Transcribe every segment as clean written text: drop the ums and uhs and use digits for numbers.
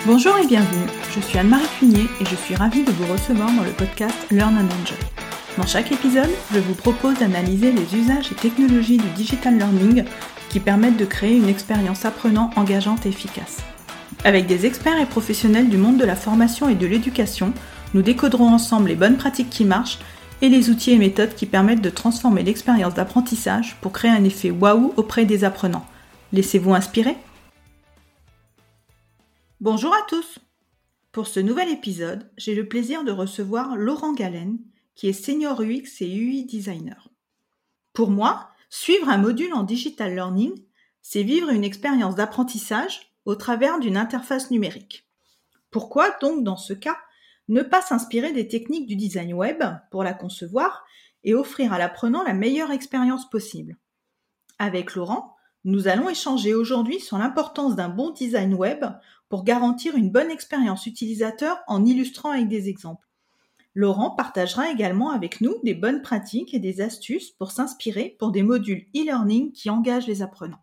Bonjour et bienvenue, je suis Anne-Marie Cunier et je suis ravie de vous recevoir dans le podcast Learn and Enjoy. Dans chaque épisode, je vous propose d'analyser les usages et technologies du digital learning qui permettent de créer une expérience apprenant engageante et efficace. Avec des experts et professionnels du monde de la formation et de l'éducation, nous décoderons ensemble les bonnes pratiques qui marchent et les outils et méthodes qui permettent de transformer l'expérience d'apprentissage pour créer un effet waouh auprès des apprenants. Laissez-vous inspirer ? Bonjour à tous! Pour ce nouvel épisode, j'ai le plaisir de recevoir Laurent Galen, qui est Senior UX et UI Designer. Pour moi, suivre un module en digital learning, c'est vivre une expérience d'apprentissage au travers d'une interface numérique. Pourquoi donc, dans ce cas, ne pas s'inspirer des techniques du design web pour la concevoir et offrir à l'apprenant la meilleure expérience possible ? Avec Laurent, nous allons échanger aujourd'hui sur l'importance d'un bon design web pour garantir une bonne expérience utilisateur en illustrant avec des exemples. Laurent partagera également avec nous des bonnes pratiques et des astuces pour s'inspirer pour des modules e-learning qui engagent les apprenants.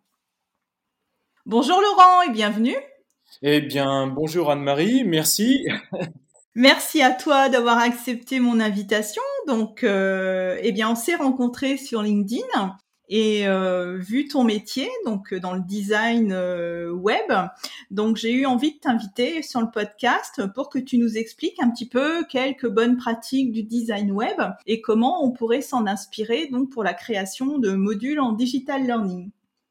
Bonjour Laurent et bienvenue. Eh bien, bonjour Anne-Marie, merci. Merci à toi d'avoir accepté mon invitation. Donc, on s'est rencontrés sur LinkedIn. Et vu ton métier, donc dans le design web, donc j'ai eu envie de t'inviter sur le podcast pour que tu nous expliques un petit peu quelques bonnes pratiques du design web et comment on pourrait s'en inspirer donc pour la création de modules en digital learning.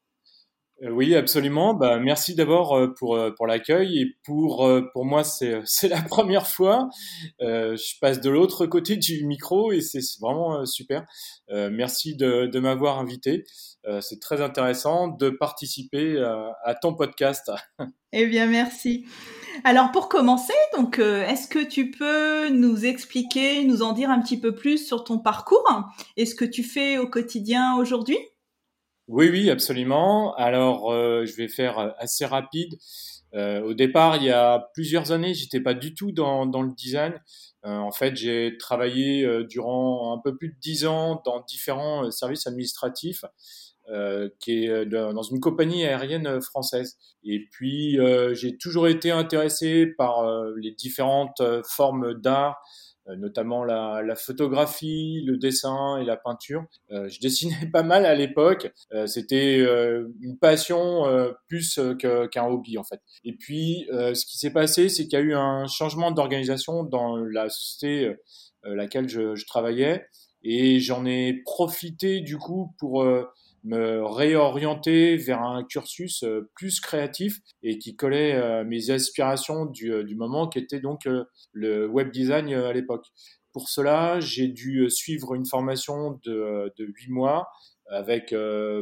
Oui, absolument. Merci d'abord pour l'accueil et pour moi c'est la première fois. Je passe de l'autre côté du micro et c'est vraiment super. Merci de m'avoir invité. C'est très intéressant de participer à ton podcast. Eh bien, merci. Alors pour commencer, donc est-ce que tu peux nous expliquer, nous en dire un petit peu plus sur ton parcours et ce que tu fais au quotidien aujourd'hui ? Oui, absolument. Alors, je vais faire assez rapide. Au départ, il y a plusieurs années, j'étais pas du tout dans le design. En fait, j'ai travaillé durant un peu plus de 10 ans dans différents services administratifs, qui est dans une compagnie aérienne française. Et puis, j'ai toujours été intéressé par les différentes formes d'art, notamment la photographie, le dessin et la peinture. Je dessinais pas mal à l'époque. C'était une passion plus qu'un hobby en fait. Et puis, ce qui s'est passé, c'est qu'il y a eu un changement d'organisation dans la société laquelle je travaillais, et j'en ai profité du coup pour me réorienter vers un cursus plus créatif et qui collait mes aspirations du moment, qui était donc le web design à l'époque. Pour cela, j'ai dû suivre une formation de 8 mois avec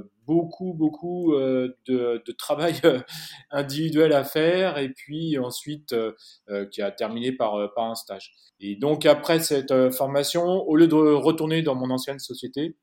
beaucoup de travail individuel à faire, et puis ensuite qui a terminé par un stage. Et donc après cette formation, au lieu de retourner dans mon ancienne société,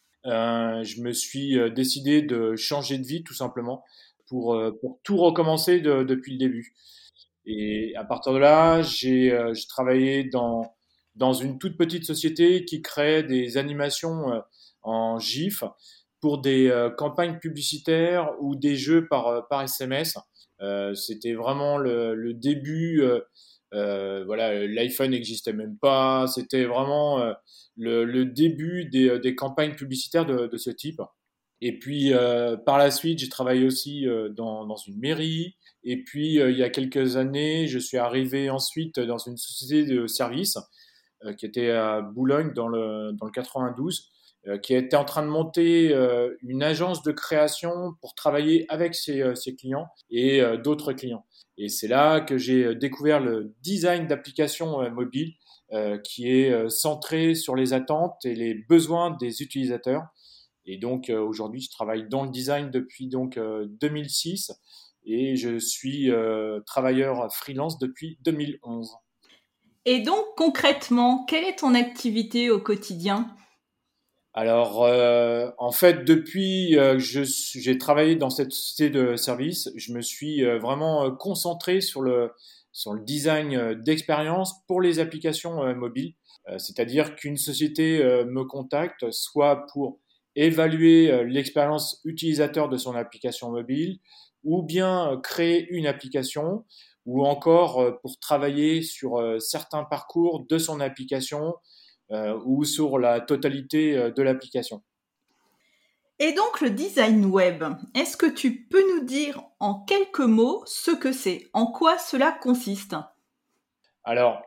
je me suis décidé de changer de vie tout simplement pour tout recommencer depuis le début. Et à partir de là, j'ai travaillé dans une toute petite société qui crée des animations en GIF pour des campagnes publicitaires ou des jeux par SMS. C'était vraiment le début. Voilà, l'iPhone n'existait même pas. C'était vraiment le début des campagnes publicitaires de ce type. Et puis par la suite, j'ai travaillé aussi dans une mairie. Et puis il y a quelques années, je suis arrivé ensuite dans une société de services qui était à Boulogne dans le 92, qui était en train de monter une agence de création pour travailler avec ses clients et d'autres clients. Et c'est là que j'ai découvert le design d'applications mobiles qui est centré sur les attentes et les besoins des utilisateurs. Et donc aujourd'hui, je travaille dans le design depuis donc 2006 et je suis travailleur freelance depuis 2011. Et donc concrètement, quelle est ton activité au quotidien ? Alors, en fait, depuis j'ai travaillé dans cette société de service, je me suis vraiment concentré sur le design d'expérience pour les applications mobiles. C'est-à-dire qu'une société me contacte soit pour évaluer l'expérience utilisateur de son application mobile, ou bien créer une application, ou encore pour travailler sur certains parcours de son application ou sur la totalité de l'application. Et donc le design web, est-ce que tu peux nous dire en quelques mots ce que c'est? En quoi cela consiste? Alors,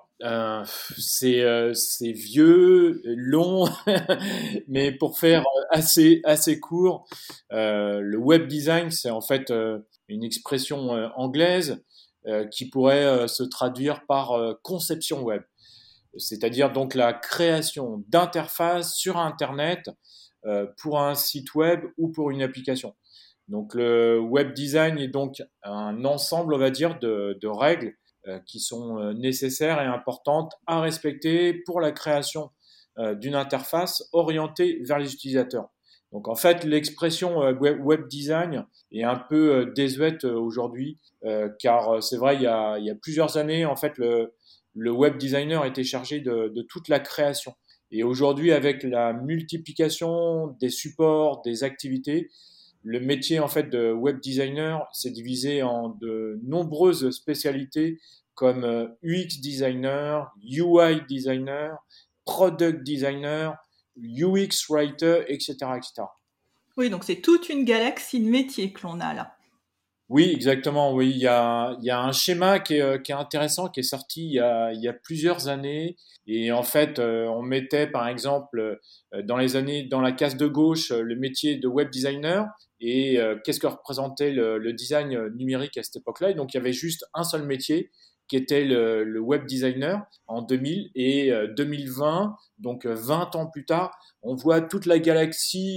c'est vieux, long, mais pour faire assez court, le web design, c'est en fait une expression anglaise qui pourrait se traduire par conception web, c'est-à-dire donc la création d'interfaces sur Internet pour un site web ou pour une application. Donc le web design est donc un ensemble, on va dire, de règles qui sont nécessaires et importantes à respecter pour la création d'une interface orientée vers les utilisateurs. Donc en fait, l'expression web design est un peu désuète aujourd'hui, car c'est vrai, il y a plusieurs années, en fait, le web designer était chargé de toute la création. Et aujourd'hui, avec la multiplication des supports, des activités, le métier en fait de web designer s'est divisé en de nombreuses spécialités comme UX designer, UI designer, product designer, UX writer, etc., etc. Oui, donc c'est toute une galaxie de métiers que l'on a là. Oui, exactement. Oui, il y a un schéma qui est intéressant, qui est sorti il y a plusieurs années. Et en fait, on mettait, par exemple, dans les années, dans la case de gauche, le métier de web designer et qu'est-ce que représentait le design numérique à cette époque-là. Et donc, il y avait juste un seul métier qui était le web designer en 2000 et 2020, donc 20 ans plus tard, on voit toute la galaxie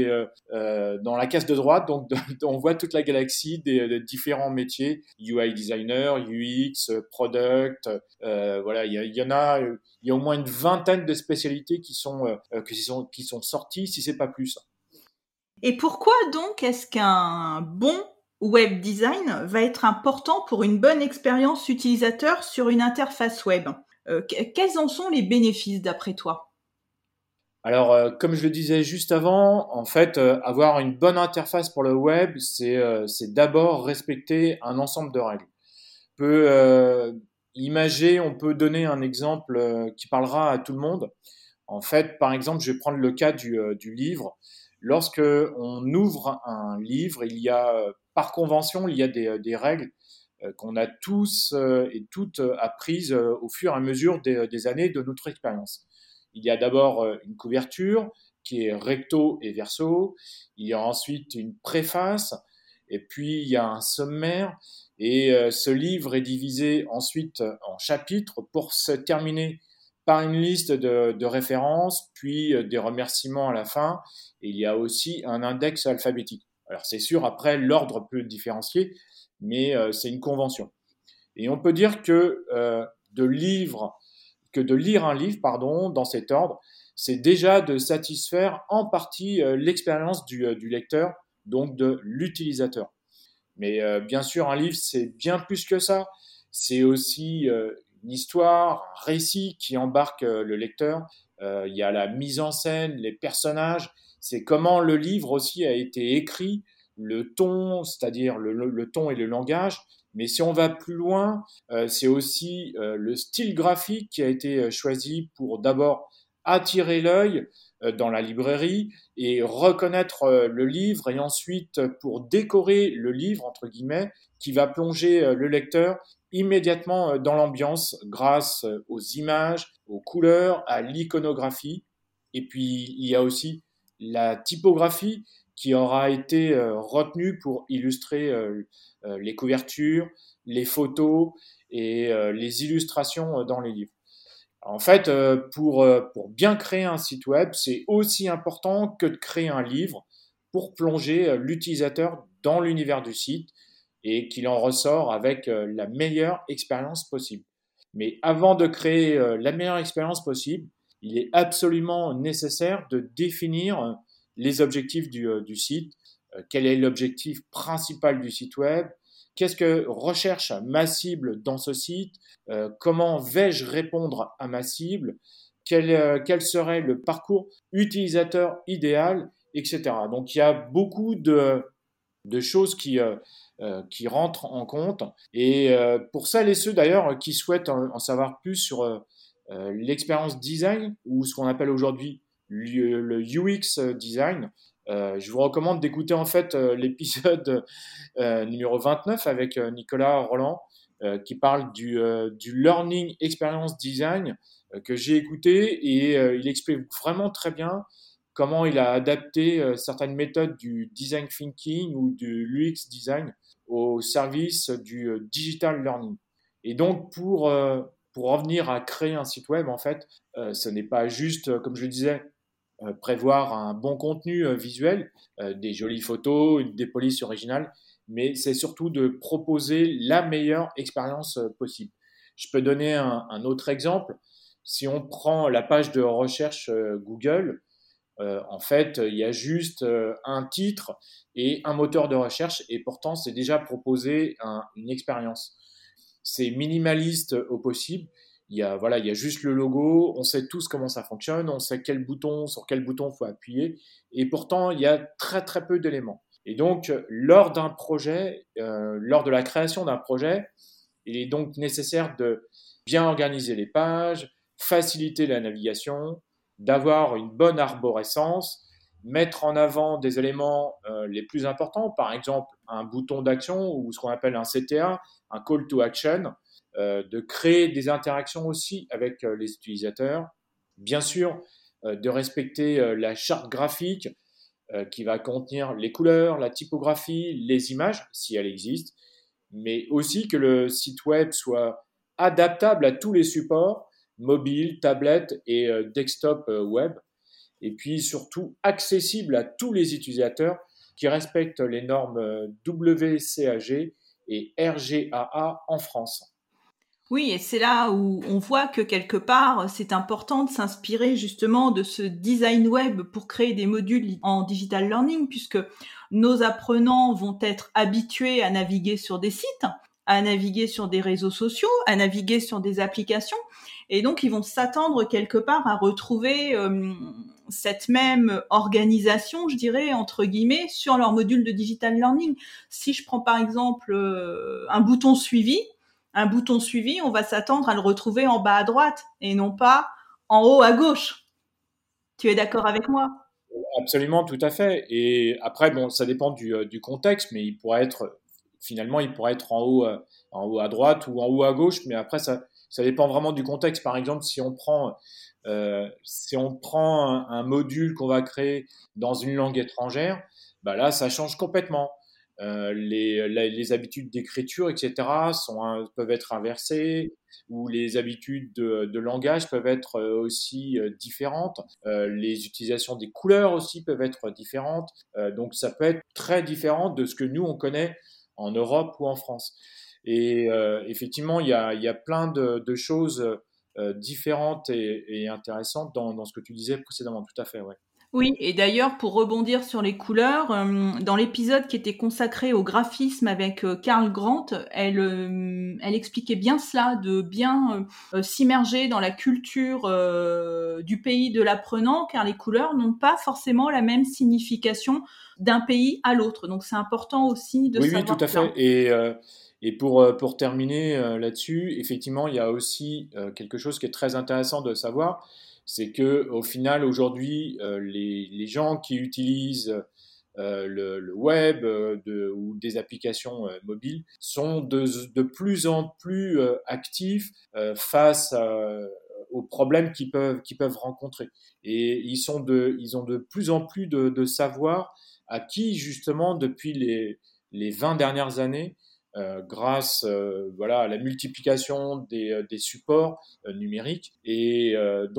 dans la case de droite, donc on voit toute la galaxie des différents métiers, UI designer, UX, product, voilà, il y en a, il y a au moins une vingtaine de spécialités qui sont sorties, si c'est pas plus. Et pourquoi donc est-ce qu'un bon web design va être important pour une bonne expérience utilisateur sur une interface web? Quels en sont les bénéfices d'après toi? Alors, comme je le disais juste avant, en fait, avoir une bonne interface pour le web, c'est d'abord respecter un ensemble de règles. On peut donner un exemple qui parlera à tout le monde. En fait, par exemple, je vais prendre le cas du livre. Lorsque on ouvre un livre, il y a, par convention, il y a des règles qu'on a tous et toutes apprises au fur et à mesure des années de notre expérience. Il y a d'abord une couverture qui est recto et verso. Il y a ensuite une préface. Et puis il y a un sommaire. Et ce livre est divisé ensuite en chapitres pour se terminer par une liste de références, puis des remerciements à la fin. Et il y a aussi un index alphabétique. Alors c'est sûr, après, l'ordre peut différencier, mais c'est une convention. Et on peut dire que de lire un livre, pardon, dans cet ordre, c'est déjà de satisfaire en partie l'expérience du lecteur, donc de l'utilisateur. Mais bien sûr, un livre, c'est bien plus que ça. C'est aussi une histoire, un récit qui embarque le lecteur. Il y a la mise en scène, les personnages. C'est comment le livre aussi a été écrit, le ton, c'est-à-dire le ton et le langage. Mais si on va plus loin, c'est aussi le style graphique qui a été choisi pour d'abord attirer l'œil dans la librairie et reconnaître le livre et ensuite pour décorer le livre, entre guillemets, qui va plonger le lecteur immédiatement dans l'ambiance grâce aux images, aux couleurs, à l'iconographie. Et puis, il y a aussi la typographie qui aura été retenue pour illustrer les couvertures, les photos et les illustrations dans les livres. En fait, pour bien créer un site web, c'est aussi important que de créer un livre pour plonger l'utilisateur dans l'univers du site et qu'il en ressort avec la meilleure expérience possible. Mais avant de créer la meilleure expérience possible, il est absolument nécessaire de définir les objectifs du site, quel est l'objectif principal du site web, qu'est-ce que recherche ma cible dans ce site, comment vais-je répondre à ma cible, quel serait le parcours utilisateur idéal, etc. Donc il y a beaucoup de choses qui rentrent en compte. Et pour celles et ceux d'ailleurs qui souhaitent en savoir plus sur l'expérience design ou ce qu'on appelle aujourd'hui le UX design, je vous recommande d'écouter en fait l'épisode numéro 29 avec Nicolas Roland qui parle du Learning Experience Design que j'ai écouté et il explique vraiment très bien comment il a adapté certaines méthodes du design thinking ou du l'UX design au service du digital learning. Et donc pour revenir à créer un site web, en fait, ce n'est pas juste, comme je le disais, prévoir un bon contenu visuel, des jolies photos, des polices originales, mais c'est surtout de proposer la meilleure expérience possible. Je peux donner un autre exemple. Si on prend la page de recherche Google, en fait, il y a juste un titre et un moteur de recherche, et pourtant, c'est déjà proposé une expérience. C'est minimaliste au possible. Il y a juste le logo, on sait tous comment ça fonctionne, on sait sur quel bouton faut appuyer, et pourtant, il y a très très peu d'éléments. Et donc, lors d'un projet, lors de la création d'un projet, il est donc nécessaire de bien organiser les pages, faciliter la navigation, d'avoir une bonne arborescence, mettre en avant des éléments les plus importants, par exemple un bouton d'action ou ce qu'on appelle un CTA, un call to action, de créer des interactions aussi avec les utilisateurs, bien sûr de respecter la charte graphique qui va contenir les couleurs, la typographie, les images, si elles existent, mais aussi que le site web soit adaptable à tous les supports, mobile, tablette et desktop web, et puis surtout accessible à tous les utilisateurs qui respectent les normes WCAG et RGAA en France. Oui, et c'est là où on voit que quelque part, c'est important de s'inspirer justement de ce design web pour créer des modules en digital learning, puisque nos apprenants vont être habitués à naviguer sur des sites, à naviguer sur des réseaux sociaux, à naviguer sur des applications, et donc ils vont s'attendre quelque part à retrouver cette même organisation, je dirais, entre guillemets, sur leur module de digital learning. Si je prends par exemple un bouton suivi, on va s'attendre à le retrouver en bas à droite et non pas en haut à gauche. Tu es d'accord avec moi? Absolument, tout à fait. Et après, bon, ça dépend du contexte, mais il pourrait être en haut à droite ou en haut à gauche, mais après, ça dépend vraiment du contexte. Par exemple, si on prend un module qu'on va créer dans une langue étrangère, bah là, ça change complètement. Les habitudes d'écriture, etc., peuvent être inversées, ou les habitudes de langage peuvent être aussi différentes. Les utilisations des couleurs aussi peuvent être différentes. Donc ça peut être très différent de ce que nous, on connaît en Europe ou en France. Et effectivement, il y a plein de choses différentes et intéressantes dans ce que tu disais précédemment. Tout à fait, ouais. Oui, et d'ailleurs, pour rebondir sur les couleurs, dans l'épisode qui était consacré au graphisme avec Karl Grant, elle expliquait bien cela, de bien s'immerger dans la culture du pays de l'apprenant, car les couleurs n'ont pas forcément la même signification d'un pays à l'autre. Donc c'est important aussi de Oui, oui, tout savoir à cela. fait. Et pour terminer là-dessus, effectivement, il y a aussi quelque chose qui est très intéressant de savoir, c'est que au final, aujourd'hui, les gens qui utilisent le web ou des applications mobiles sont de plus en plus actifs face aux problèmes qu'ils peuvent rencontrer. Et ils ont de plus en plus de savoir acquis justement depuis les 20 dernières années grâce voilà, à la multiplication des supports numériques. Et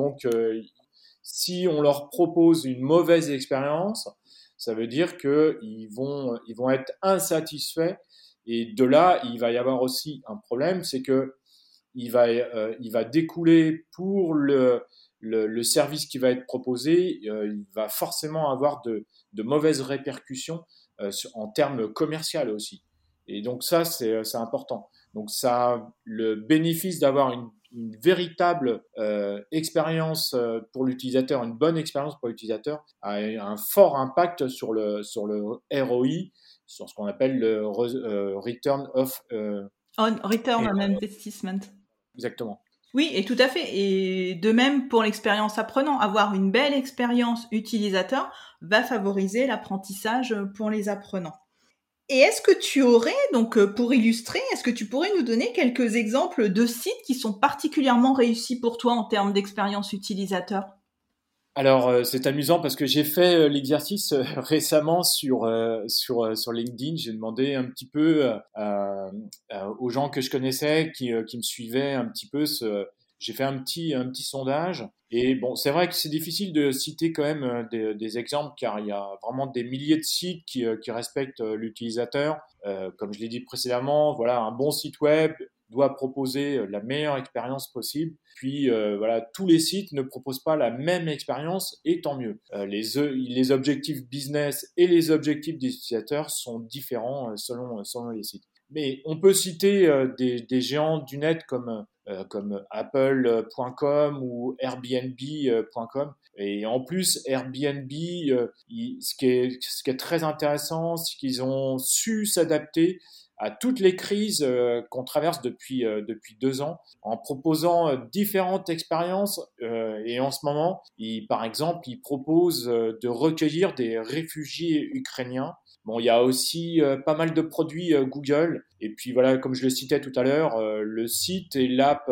si on leur propose une mauvaise expérience, ça veut dire ils vont être insatisfaits. Et de là, il va y avoir aussi un problème, c'est que il va découler pour le service qui va être proposé, il va forcément avoir de mauvaises répercussions en termes commerciaux aussi. Et donc ça, c'est important. Donc ça a le bénéfice d'avoir une véritable expérience pour l'utilisateur, une bonne expérience pour l'utilisateur, a un fort impact sur le ROI, sur ce qu'on appelle le return of On return et- on investment. exactement. Oui, et tout à fait. Et de même pour l'expérience apprenant, avoir une belle expérience utilisateur va favoriser l'apprentissage pour les apprenants. Et est-ce que tu aurais, donc pour illustrer, est-ce que tu pourrais nous donner quelques exemples de sites qui sont particulièrement réussis pour toi en termes d'expérience utilisateur? Alors, c'est amusant parce que j'ai fait l'exercice récemment sur LinkedIn. J'ai demandé un petit peu aux gens que je connaissais qui me suivaient un petit peu. J'ai fait un petit sondage. Et bon, c'est vrai que c'est difficile de citer quand même des exemples car il y a vraiment des milliers de sites qui respectent l'utilisateur. Comme je l'ai dit précédemment, voilà, un bon site web doit proposer la meilleure expérience possible. Puis voilà, tous les sites ne proposent pas la même expérience et tant mieux. Les objectifs business et les objectifs des utilisateurs sont différents selon les sites. Mais on peut citer des géants du net comme Apple.com ou Airbnb.com. Et en plus, Airbnb, ce qui est très intéressant, c'est qu'ils ont su s'adapter à toutes les crises qu'on traverse depuis 2 ans en proposant différentes expériences. Et en ce moment, par exemple, ils proposent de recueillir des réfugiés ukrainiens. Bon, il y a aussi pas mal de produits Google. Et puis voilà, comme je le citais tout à l'heure, le site et l'app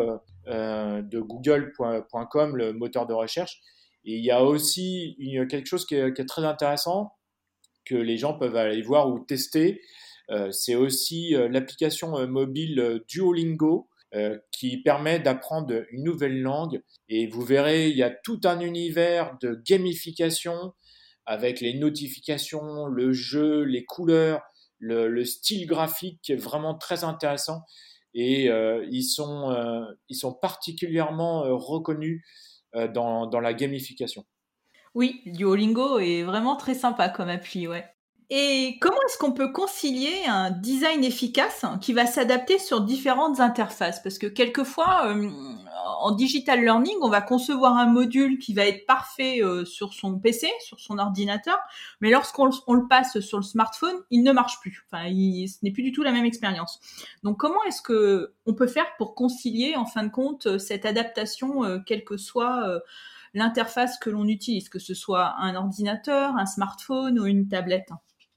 de google.com, le moteur de recherche. Et il y a aussi quelque chose qui est très intéressant que les gens peuvent aller voir ou tester. C'est aussi l'application mobile Duolingo qui permet d'apprendre une nouvelle langue. Et vous verrez, il y a tout un univers de gamification avec les notifications, le jeu, les couleurs, le style graphique qui est vraiment très intéressant. Et ils sont particulièrement reconnus dans la gamification. Oui, Duolingo est vraiment très sympa comme appli, ouais. Et comment est-ce qu'on peut concilier un design efficace qui va s'adapter sur différentes interfaces? Parce que quelquefois, en digital learning, on va concevoir un module qui va être parfait sur son PC, sur son ordinateur, mais lorsqu'on le passe sur le smartphone, il ne marche plus. Enfin, ce n'est plus du tout la même expérience. Donc, comment est-ce que on peut faire pour concilier, en fin de compte, cette adaptation, quelle que soit l'interface que l'on utilise, que ce soit un ordinateur, un smartphone ou une tablette?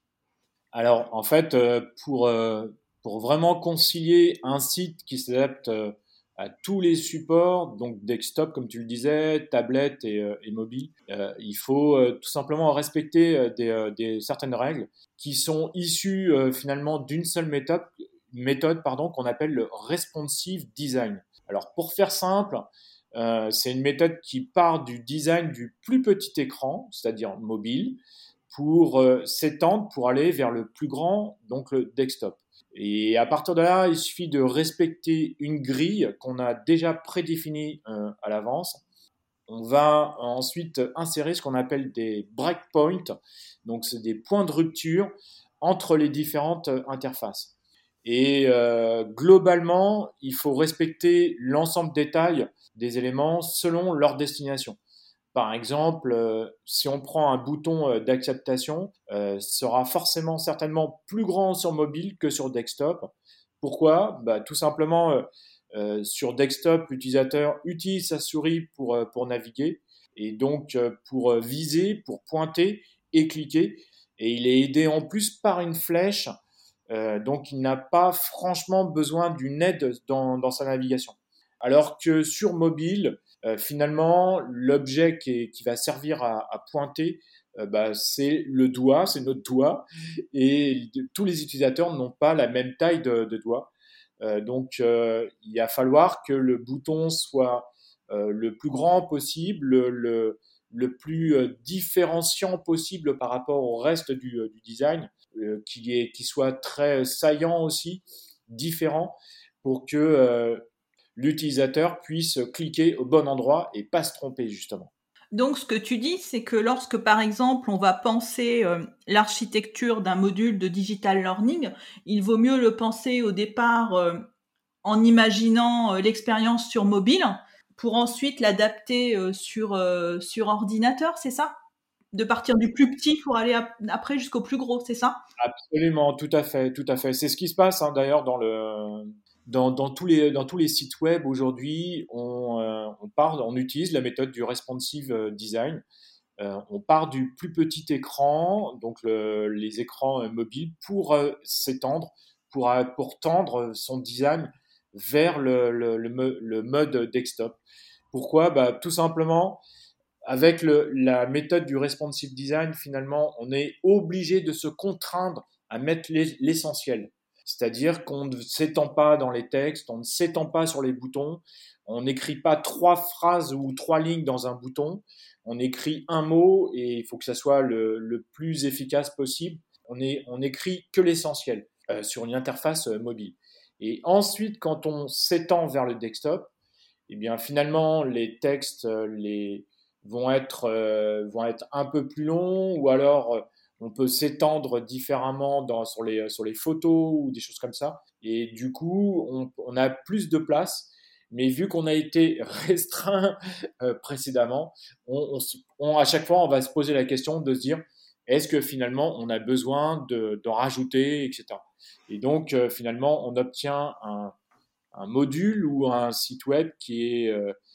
Alors, en fait, pour vraiment concilier un site qui s'adapte à tous les supports, donc desktop, comme tu le disais, tablette et mobile, il faut tout simplement respecter certaines règles qui sont issues finalement d'une seule méthode pardon, qu'on appelle le responsive design. Alors, pour faire simple, c'est une méthode qui part du design du plus petit écran, c'est-à-dire mobile, pour s'étendre, pour aller vers le plus grand, donc le desktop. Et à partir de là, il suffit de respecter une grille qu'on a déjà prédéfinie à l'avance. On va ensuite insérer ce qu'on appelle des breakpoints, donc c'est des points de rupture entre les différentes interfaces. Et globalement, il faut respecter l'ensemble des tailles des éléments selon leur destination. Par exemple, si on prend un bouton d'acceptation, sera forcément certainement plus grand sur mobile que sur desktop. Pourquoi? Bah, tout simplement, sur desktop, l'utilisateur utilise sa souris pour naviguer et donc pour viser, pour pointer et cliquer. Et il est aidé en plus par une flèche, donc il n'a pas franchement besoin d'une aide dans sa navigation. Alors que sur mobile, finalement, l'objet qui va servir à pointer, bah, c'est le doigt, c'est notre doigt, et tous les utilisateurs n'ont pas la même taille de doigt. Donc, il va falloir que le bouton soit le plus grand possible, le plus différenciant possible par rapport au reste du design, qui soit très saillant aussi, différent, pour que l'utilisateur puisse cliquer au bon endroit et pas se tromper justement. Donc, ce que tu dis, c'est que lorsque, par exemple, on va penser l'architecture d'un module de digital learning, il vaut mieux le penser au départ en imaginant l'expérience sur mobile pour ensuite l'adapter sur ordinateur, c'est ça? de partir du plus petit pour aller après jusqu'au plus gros, c'est ça? Absolument, tout à fait, tout à fait. C'est ce qui se passe hein, d'ailleurs dans tous les sites web aujourd'hui. On utilise la méthode du responsive design. On part du plus petit écran, donc les écrans mobiles, pour s'étendre, pour tendre son design vers le mode desktop. Pourquoi? Bah, tout simplement, avec la méthode du responsive design, finalement, on est obligé de se contraindre à mettre l'essentiel. C'est-à-dire qu'on ne s'étend pas dans les textes, on ne s'étend pas sur les boutons, on n'écrit pas 3 phrases ou 3 lignes dans un bouton, on écrit un mot et il faut que ça soit le plus efficace possible. On écrit que l'essentiel sur une interface mobile. Et ensuite, quand on s'étend vers le desktop, eh bien finalement les textes vont être un peu plus longs ou alors on peut s'étendre différemment sur les photos ou des choses comme ça. Et du coup, on a plus de place. Mais vu qu'on a été restreint précédemment, à chaque fois, on va se poser la question de se dire, est-ce que finalement, on a besoin d'en rajouter, etc. Et donc, finalement, on obtient un module ou un site web qui est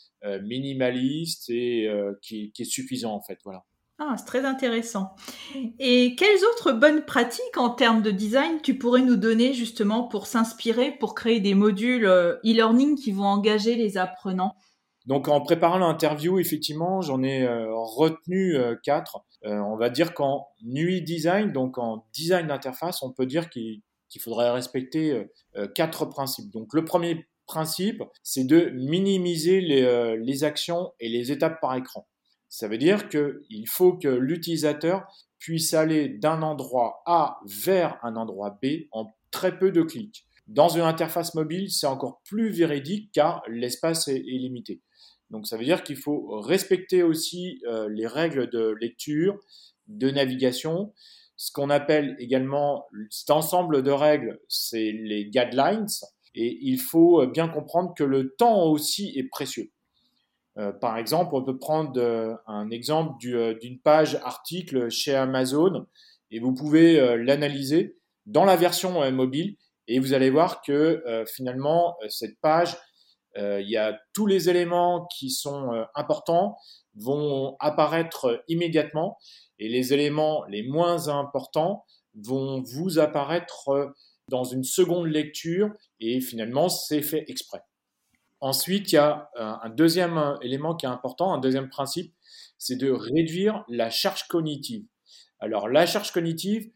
minimaliste et qui est suffisant en fait. Voilà. Ah, c'est très intéressant. Et quelles autres bonnes pratiques en termes de design tu pourrais nous donner justement pour s'inspirer, pour créer des modules e-learning qui vont engager les apprenants? Donc en préparant l'interview, effectivement, j'en ai retenu 4. On va dire qu'en UI design, donc en design d'interface, on peut dire qu'il faudrait respecter 4 principes. Donc le premier principe, c'est de minimiser les actions et les étapes par écran. Ça veut dire qu'il faut que l'utilisateur puisse aller d'un endroit A vers un endroit B en très peu de clics. Dans une interface mobile, c'est encore plus véridique car l'espace est limité. Donc ça veut dire qu'il faut respecter aussi les règles de lecture, de navigation. Ce qu'on appelle également cet ensemble de règles, c'est les guidelines. Et il faut bien comprendre que le temps aussi est précieux. Par exemple, on peut prendre un exemple d'une page article chez Amazon et vous pouvez l'analyser dans la version mobile et vous allez voir que finalement, cette page, il y a tous les éléments qui sont importants vont apparaître immédiatement et les éléments les moins importants vont vous apparaître dans une seconde lecture et finalement, c'est fait exprès. Ensuite, il y a un deuxième élément qui est important, un deuxième principe, c'est de réduire la charge cognitive. Alors, la charge cognitive,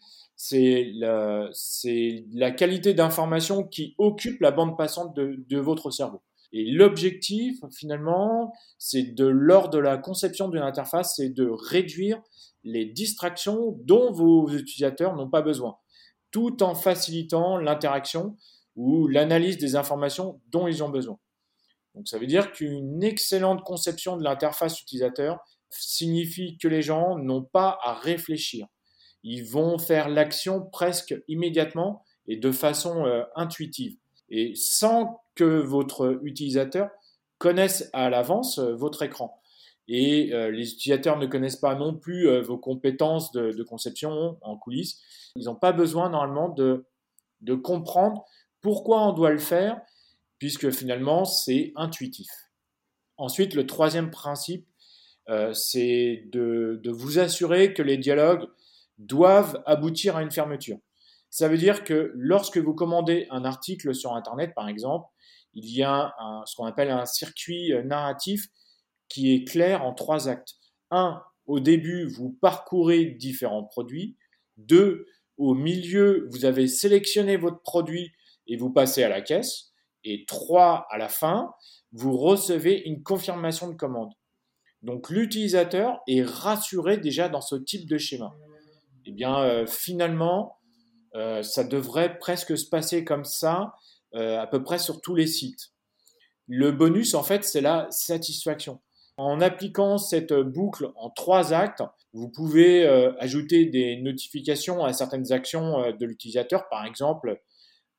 c'est la qualité d'information qui occupe la bande passante de votre cerveau. Et l'objectif, finalement, lors de la conception d'une interface, c'est de réduire les distractions dont vos utilisateurs n'ont pas besoin, tout en facilitant l'interaction ou l'analyse des informations dont ils ont besoin. Donc ça veut dire qu'une excellente conception de l'interface utilisateur signifie que les gens n'ont pas à réfléchir. Ils vont faire l'action presque immédiatement et de façon intuitive. Et sans que votre utilisateur connaisse à l'avance votre écran. Et les utilisateurs ne connaissent pas non plus vos compétences de conception en coulisses. Ils n'ont pas besoin normalement de comprendre pourquoi on doit le faire puisque finalement, c'est intuitif. Ensuite, le troisième principe, c'est de vous assurer que les dialogues doivent aboutir à une fermeture. Ça veut dire que lorsque vous commandez un article sur Internet, par exemple, il y a ce qu'on appelle un circuit narratif qui est clair en 3 actes. 1, au début, vous parcourez différents produits. 2, au milieu, vous avez sélectionné votre produit et vous passez à la caisse. Et 3, à la fin, vous recevez une confirmation de commande. Donc l'utilisateur est rassuré déjà dans ce type de schéma. Eh bien, finalement, ça devrait presque se passer comme ça à peu près sur tous les sites. Le bonus, en fait, c'est la satisfaction. En appliquant cette boucle en 3 actes, vous pouvez ajouter des notifications à certaines actions de l'utilisateur, par exemple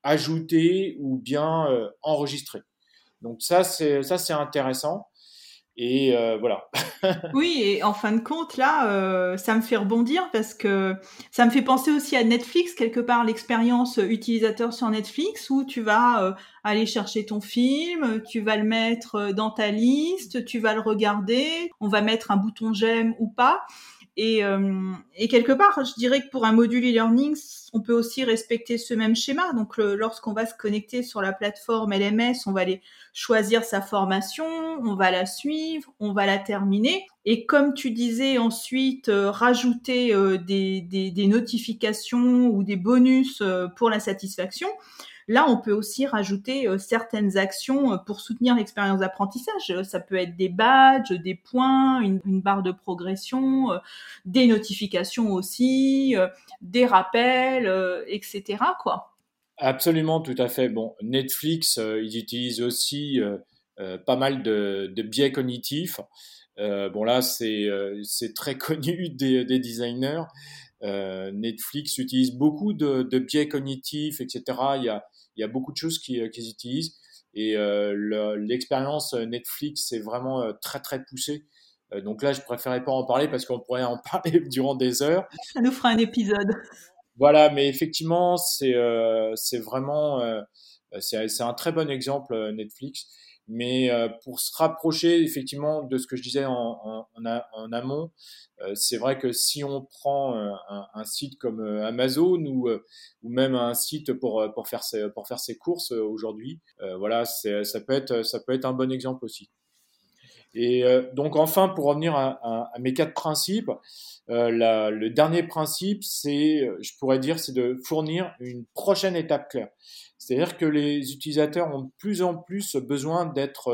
ajouter ou bien enregistrer. Donc ça c'est intéressant. Et voilà. Oui, et en fin de compte, là, ça me fait rebondir parce que ça me fait penser aussi à Netflix, quelque part, l'expérience utilisateur sur Netflix où tu vas aller chercher ton film, tu vas le mettre dans ta liste, tu vas le regarder, on va mettre un bouton j'aime ou pas. Et quelque part, je dirais que pour un module e-learning, on peut aussi respecter ce même schéma. Donc, lorsqu'on va se connecter sur la plateforme LMS, on va aller choisir sa formation, on va la suivre, on va la terminer. Et comme tu disais ensuite, rajouter des notifications ou des bonus pour la satisfaction. Là, on peut aussi rajouter certaines actions pour soutenir l'expérience d'apprentissage. Ça peut être des badges, des points, une barre de progression, des notifications aussi, des rappels, etc., quoi. Absolument, tout à fait. Bon, Netflix, ils utilisent aussi pas mal de biais cognitifs. Bon là, c'est très connu des designers. Netflix utilise beaucoup de biais cognitifs, etc. Il y a beaucoup de choses qu'ils utilisent. Et l'expérience Netflix est vraiment très très poussée. Donc là, je préférais pas en parler parce qu'on pourrait en parler durant des heures. Ça nous fera un épisode. Voilà, mais effectivement, c'est vraiment c'est un très bon exemple Netflix. Mais pour se rapprocher effectivement de ce que je disais en amont, c'est vrai que si on prend un site comme Amazon ou même un site pour faire ses courses aujourd'hui, voilà, ça peut être un bon exemple aussi. Et donc enfin, pour revenir à mes quatre principes, le dernier principe, je pourrais dire, c'est de fournir une prochaine étape claire. C'est-à-dire que les utilisateurs ont de plus en plus besoin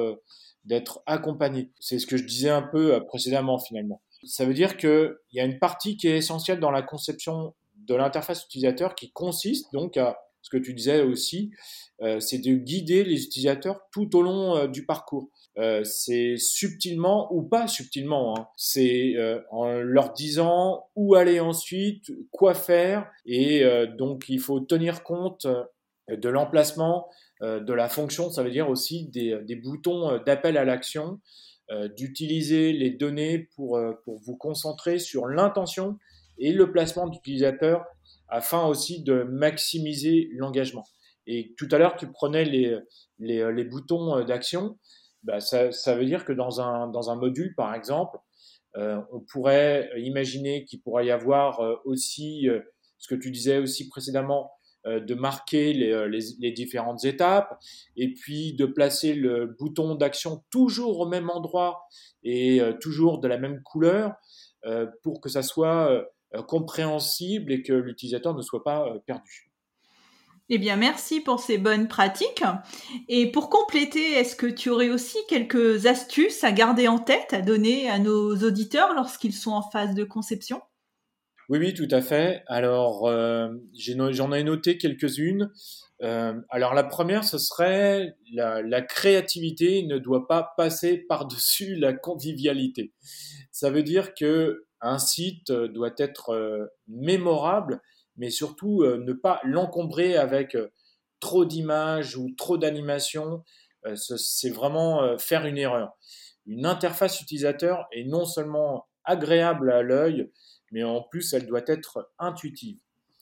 d'être accompagnés. C'est ce que je disais un peu précédemment finalement. Ça veut dire qu'il y a une partie qui est essentielle dans la conception de l'interface utilisateur qui consiste donc à ce que tu disais aussi, c'est de guider les utilisateurs tout au long du parcours. C'est subtilement ou pas subtilement, hein, c'est en leur disant où aller ensuite, quoi faire, et donc il faut tenir compte de l'emplacement, de la fonction, ça veut dire aussi des boutons d'appel à l'action, d'utiliser les données pour vous concentrer sur l'intention et le placement d'utilisateur afin aussi de maximiser l'engagement. Et tout à l'heure, tu prenais les boutons d'action. Bah, ça veut dire que dans un module, par exemple, on pourrait imaginer qu'il pourrait y avoir aussi, ce que tu disais aussi précédemment, de marquer les différentes étapes et puis de placer le bouton d'action toujours au même endroit et toujours de la même couleur pour que ça soit compréhensible et que l'utilisateur ne soit pas perdu. Eh bien, merci pour ces bonnes pratiques. Et pour compléter, est-ce que tu aurais aussi quelques astuces à garder en tête, à donner à nos auditeurs lorsqu'ils sont en phase de conception? Oui, oui, tout à fait. Alors, j'en ai noté quelques-unes. Alors, la première, ce serait la créativité ne doit pas passer par-dessus la convivialité. Ça veut dire que un site doit être mémorable, mais surtout ne pas l'encombrer avec trop d'images ou trop d'animations. C'est vraiment faire une erreur. Une interface utilisateur est non seulement agréable à l'œil, mais en plus, elle doit être intuitive.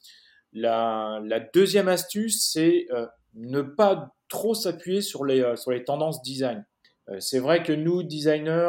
La deuxième astuce, c'est ne pas trop s'appuyer sur les tendances design. C'est vrai que nous, designers,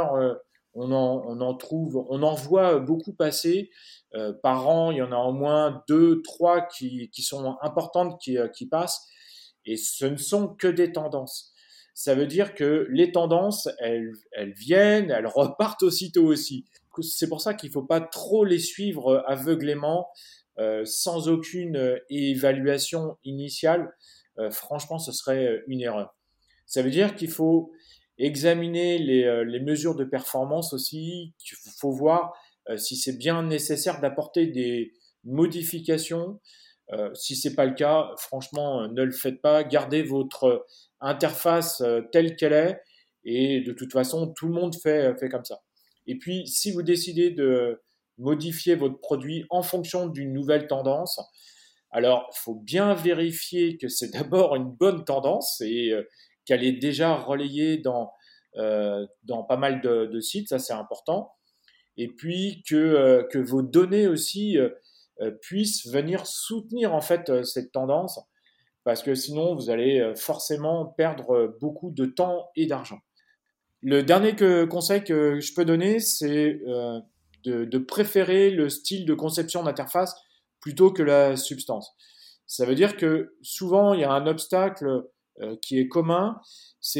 on en voit beaucoup passer. Par an, il y en a au moins deux, trois qui sont importantes qui passent. Et ce ne sont que des tendances. Ça veut dire que les tendances, elles viennent, elles repartent aussitôt aussi. C'est pour ça qu'il ne faut pas trop les suivre aveuglément, sans aucune évaluation initiale. Franchement, ce serait une erreur. Ça veut dire qu'il faut examiner les mesures de performance aussi. Il faut voir si c'est bien nécessaire d'apporter des modifications. Si c'est pas le cas, franchement, ne le faites pas. Gardez votre interface telle qu'elle est. Et de toute façon, tout le monde fait comme ça. Et puis, si vous décidez de modifier votre produit en fonction d'une nouvelle tendance, alors, il faut bien vérifier que c'est d'abord une bonne tendance et qu'elle est déjà relayée dans pas mal de sites, ça c'est important. Et puis que vos données aussi puissent venir soutenir en fait cette tendance, parce que sinon vous allez forcément perdre beaucoup de temps et d'argent. Le dernier conseil que je peux donner, c'est de préférer le style de conception d'interface plutôt que la substance. Ça veut dire que souvent, il y a un obstacle qui est commun, c'est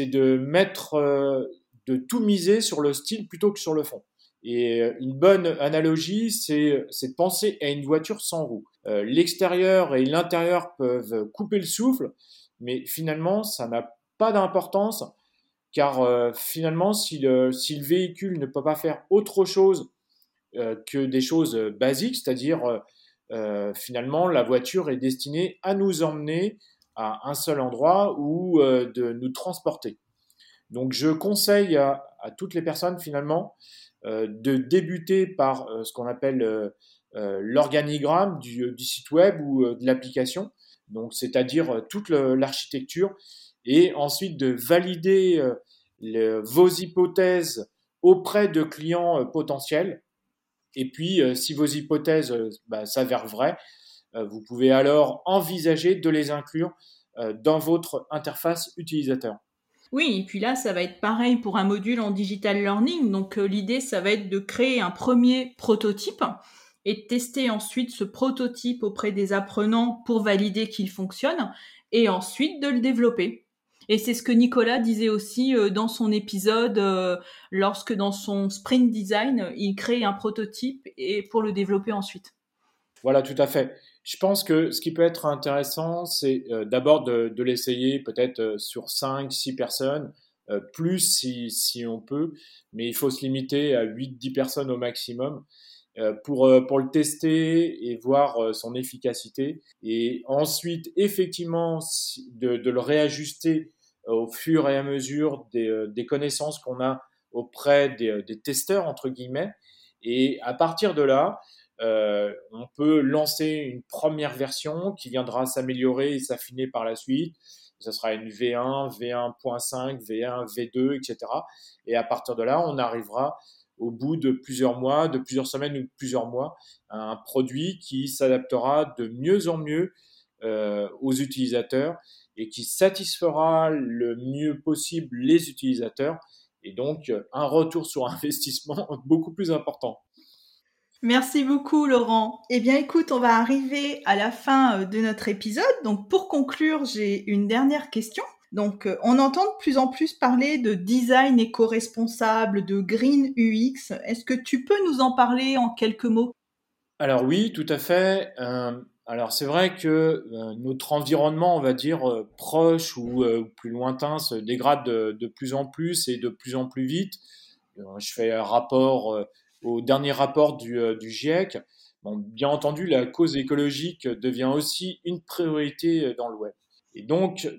de tout miser sur le style plutôt que sur le fond. Et une bonne analogie, c'est de penser à une voiture sans roues. L'extérieur et l'intérieur peuvent couper le souffle, mais finalement, ça n'a pas d'importance, car finalement, si le véhicule ne peut pas faire autre chose que des choses basiques, c'est-à-dire finalement, la voiture est destinée à nous emmener à un seul endroit ou de nous transporter. Donc, je conseille à toutes les personnes finalement de débuter par ce qu'on appelle l'organigramme du site web ou de l'application, donc c'est-à-dire toute l'architecture, et ensuite de valider vos hypothèses auprès de clients potentiels. Et puis, si vos hypothèses s'avèrent vraies, vous pouvez alors envisager de les inclure dans votre interface utilisateur. Oui, et puis là, ça va être pareil pour un module en digital learning. Donc, l'idée, ça va être de créer un premier prototype et de tester ensuite ce prototype auprès des apprenants pour valider qu'il fonctionne et ensuite de le développer. Et c'est ce que Nicolas disait aussi dans son épisode, lorsque dans son sprint design, il crée un prototype et pour le développer ensuite. Voilà, tout à fait. Je pense que ce qui peut être intéressant, c'est d'abord de l'essayer peut-être sur 5, 6 personnes, plus si on peut, mais il faut se limiter à 8, 10 personnes au maximum pour le tester et voir son efficacité. Et ensuite, effectivement, de le réajuster au fur et à mesure des connaissances qu'on a auprès des testeurs, entre guillemets. Et à partir de là, on peut lancer une première version qui viendra s'améliorer et s'affiner par la suite. Ça sera une V1, V1.5, V1, V2, etc. Et à partir de là, on arrivera au bout de plusieurs mois, de plusieurs semaines ou de plusieurs mois, à un produit qui s'adaptera de mieux en mieux aux utilisateurs et qui satisfera le mieux possible les utilisateurs, et donc un retour sur investissement beaucoup plus important. Merci beaucoup, Laurent. Eh bien, écoute, on va arriver à la fin de notre épisode. Donc, pour conclure, j'ai une dernière question. Donc, on entend de plus en plus parler de design éco-responsable, de green UX. Est-ce que tu peux nous en parler en quelques mots? Alors oui, tout à fait. Alors c'est vrai que notre environnement, on va dire, proche ou plus lointain, se dégrade de plus en plus et de plus en plus vite. Je fais un rapport au dernier rapport du GIEC. Bon, bien entendu, la cause écologique devient aussi une priorité dans le web. Et donc,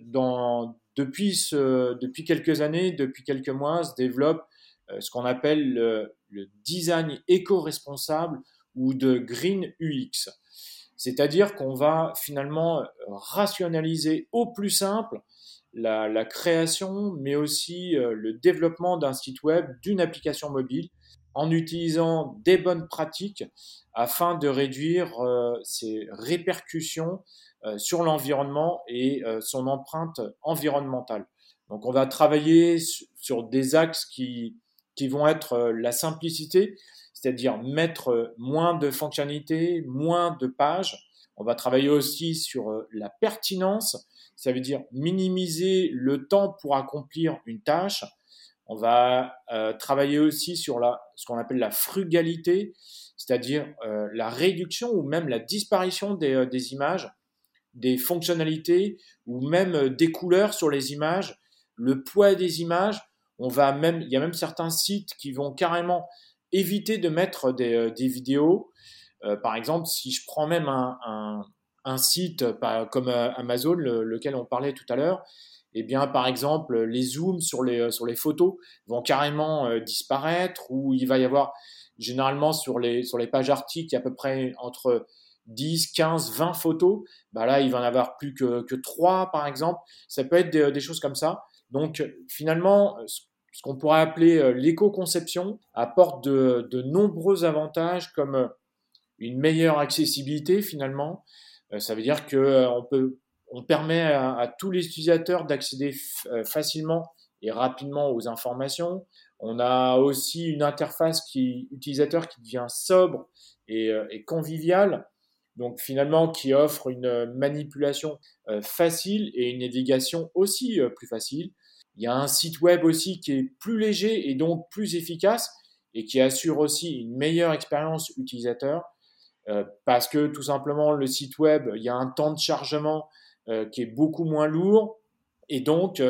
depuis quelques années, depuis quelques mois, se développe ce qu'on appelle le design éco-responsable ou de green UX. C'est-à-dire qu'on va finalement rationaliser au plus simple la création, mais aussi le développement d'un site web, d'une application mobile, en utilisant des bonnes pratiques afin de réduire ses répercussions sur l'environnement et son empreinte environnementale. Donc on va travailler sur des axes qui vont être la simplicité, c'est-à-dire mettre moins de fonctionnalités, moins de pages. On va travailler aussi sur la pertinence, ça veut dire minimiser le temps pour accomplir une tâche. On va travailler aussi sur ce qu'on appelle la frugalité, c'est-à-dire la réduction ou même la disparition des images, des fonctionnalités ou même des couleurs sur les images, le poids des images. Il y a même certains sites qui vont carrément éviter de mettre des vidéos. Par exemple, si je prends même un site comme Amazon, lequel on parlait tout à l'heure, eh bien, par exemple, les zooms sur les photos vont carrément disparaître, ou il va y avoir, généralement, sur les pages articles, il y a à peu près entre 10, 15, 20 photos. Bah là, il va en avoir plus que 3, par exemple. Ça peut être des choses comme ça. Donc, finalement, ce qu'on pourrait appeler l'éco-conception apporte de nombreux avantages comme une meilleure accessibilité finalement. Ça veut dire que on permet à tous les utilisateurs d'accéder facilement et rapidement aux informations. On a aussi une interface utilisateur qui devient sobre et conviviale, donc finalement qui offre une manipulation facile et une navigation aussi plus facile. Il y a un site web aussi qui est plus léger et donc plus efficace et qui assure aussi une meilleure expérience utilisateur. Parce que tout simplement le site web, il y a un temps de chargement qui est beaucoup moins lourd et donc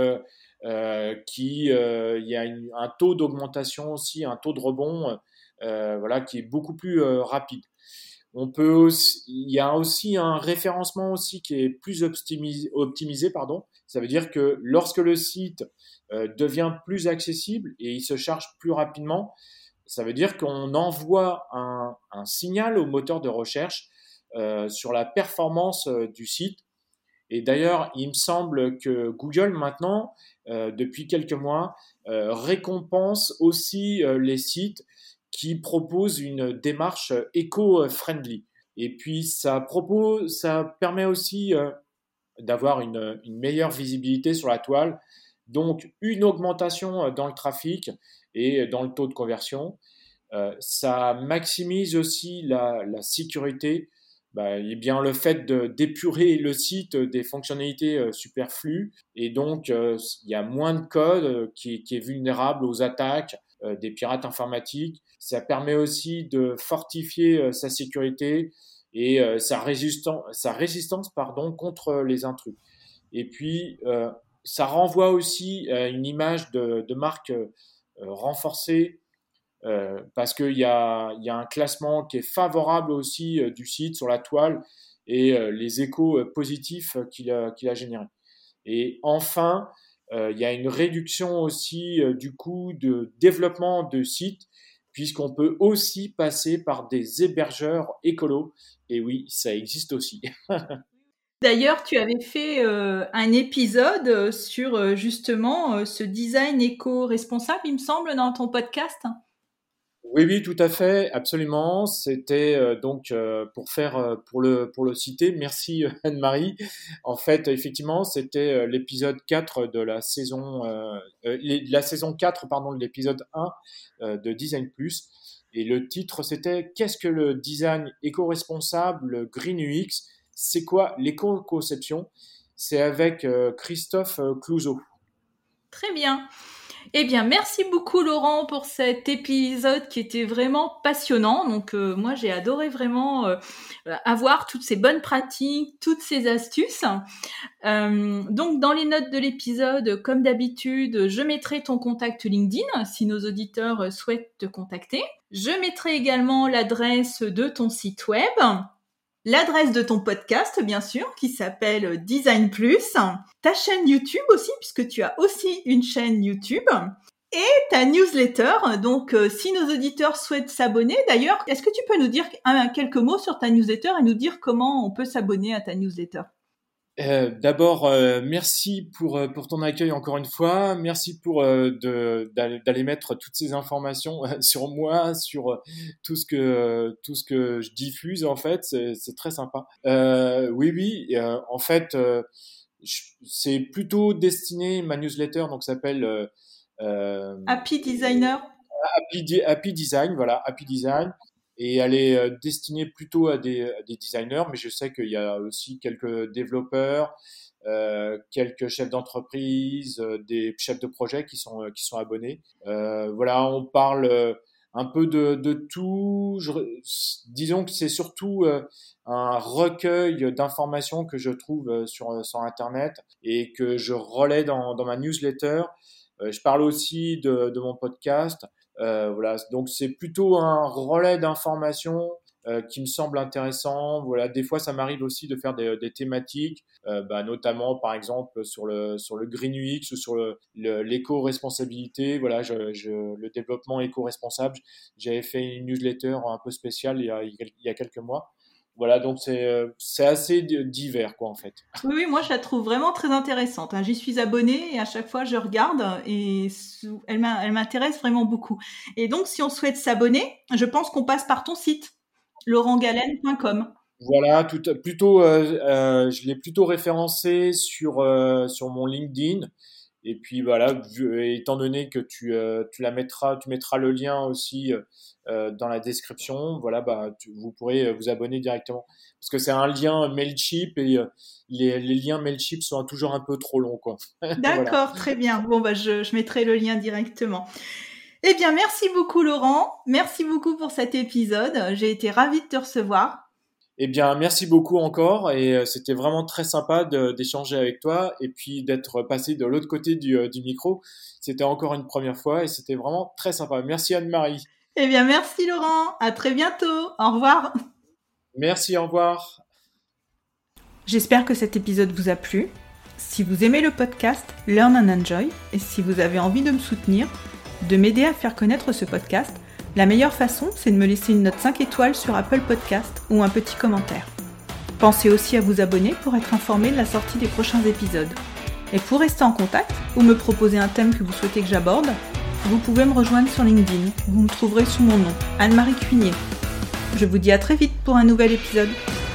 il y a un taux d'augmentation aussi, un taux de rebond voilà, qui est beaucoup plus rapide. Il y a aussi un référencement aussi qui est plus optimisé, pardon. Ça veut dire que lorsque le site devient plus accessible et il se charge plus rapidement, ça veut dire qu'on envoie un signal au moteur de recherche sur la performance du site. Et d'ailleurs, il me semble que Google maintenant, depuis quelques mois, récompense aussi les sites qui proposent une démarche éco-friendly. Et puis ça permet aussi d'avoir une meilleure visibilité sur la toile, donc une augmentation dans le trafic et dans le taux de conversion. Ça maximise aussi la sécurité. Et bien le fait d'épurer le site des fonctionnalités superflues et donc il y a moins de code qui est vulnérable aux attaques des pirates informatiques. Ça permet aussi de fortifier sa sécurité et sa résistance pardon, contre les intrus. Et puis ça renvoie aussi à une image de marque renforcée parce qu'il y a un classement qui est favorable aussi du site sur la toile et les échos positifs qu'il a générés. Et enfin, il y a une réduction aussi du coût de développement de sites, puisqu'on peut aussi passer par des hébergeurs écolos. Et oui, ça existe aussi. D'ailleurs, tu avais fait un épisode sur justement ce design éco-responsable, il me semble, dans ton podcast. Oui, oui, tout à fait, absolument. C'était pour le citer, merci Anne-Marie. En fait, effectivement, c'était l'épisode 4 de la saison 4, pardon, de l'épisode 1 de Design Plus. Et le titre, c'était Qu'est-ce que le design éco-responsable, le Green UX? C'est quoi l'éco-conception? C'est avec Christophe Clouzot. Très bien. Eh bien, merci beaucoup Laurent pour cet épisode qui était vraiment passionnant. Donc moi j'ai adoré vraiment avoir toutes ces bonnes pratiques, toutes ces astuces. Donc dans les notes de l'épisode, comme d'habitude, je mettrai ton contact LinkedIn si nos auditeurs souhaitent te contacter. Je mettrai également l'adresse de ton site web. L'adresse de ton podcast, bien sûr, qui s'appelle Design Plus. Ta chaîne YouTube aussi, puisque tu as aussi une chaîne YouTube. Et ta newsletter. Donc, si nos auditeurs souhaitent s'abonner, d'ailleurs, est-ce que tu peux nous dire quelques mots sur ta newsletter et nous dire comment on peut s'abonner à ta newsletter? D'abord, merci pour ton accueil encore une fois. Merci d'aller mettre toutes ces informations sur moi, sur tout ce que je diffuse en fait. C'est très sympa. Oui, oui. En fait, c'est plutôt destiné ma newsletter, donc ça s'appelle Happy Designer. Happy Design, voilà, Happy Design. Et elle est destinée plutôt à des designers, mais je sais qu'il y a aussi quelques développeurs, quelques chefs d'entreprise, des chefs de projet qui sont abonnés. Voilà, on parle un peu de tout. Disons que c'est surtout un recueil d'informations que je trouve sur Internet et que je relais dans ma newsletter. Je parle aussi de mon podcast. Voilà, donc c'est plutôt un relais d'informations qui me semble intéressant. Voilà, des fois ça m'arrive aussi de faire des thématiques, notamment par exemple sur le Green UX ou sur l'éco-responsabilité. Voilà, le développement éco-responsable. J'avais fait une newsletter un peu spéciale il y a quelques mois Voilà, donc c'est assez divers, quoi, en fait. Oui, moi je la trouve vraiment très intéressante. J'y suis abonnée et à chaque fois je regarde et elle m'intéresse vraiment beaucoup. Et donc si on souhaite s'abonner, je pense qu'on passe par ton site, laurentgalen.com. Voilà, plutôt, je l'ai plutôt référencé sur mon LinkedIn. Et puis voilà, étant donné que tu mettras le lien aussi dans la description, voilà, bah, vous pourrez vous abonner directement. Parce que c'est un lien Mailchimp et les liens Mailchimp sont toujours un peu trop longs, quoi. Voilà. D'accord, très bien. Bon, bah, je mettrai le lien directement. Eh bien, merci beaucoup Laurent. Merci beaucoup pour cet épisode. J'ai été ravie de te recevoir. Eh bien, merci beaucoup encore et c'était vraiment très sympa d'échanger avec toi et puis d'être passé de l'autre côté du micro. C'était encore une première fois et c'était vraiment très sympa. Merci Anne-Marie. Eh bien, merci Laurent. À très bientôt. Au revoir. Merci, au revoir. J'espère que cet épisode vous a plu. Si vous aimez le podcast Learn and Enjoy et si vous avez envie de me soutenir, de m'aider à faire connaître ce podcast, la meilleure façon, c'est de me laisser une note 5 étoiles sur Apple Podcast ou un petit commentaire. Pensez aussi à vous abonner pour être informé de la sortie des prochains épisodes. Et pour rester en contact ou me proposer un thème que vous souhaitez que j'aborde, vous pouvez me rejoindre sur LinkedIn. Vous me trouverez sous mon nom, Anne-Marie Cuinier. Je vous dis à très vite pour un nouvel épisode.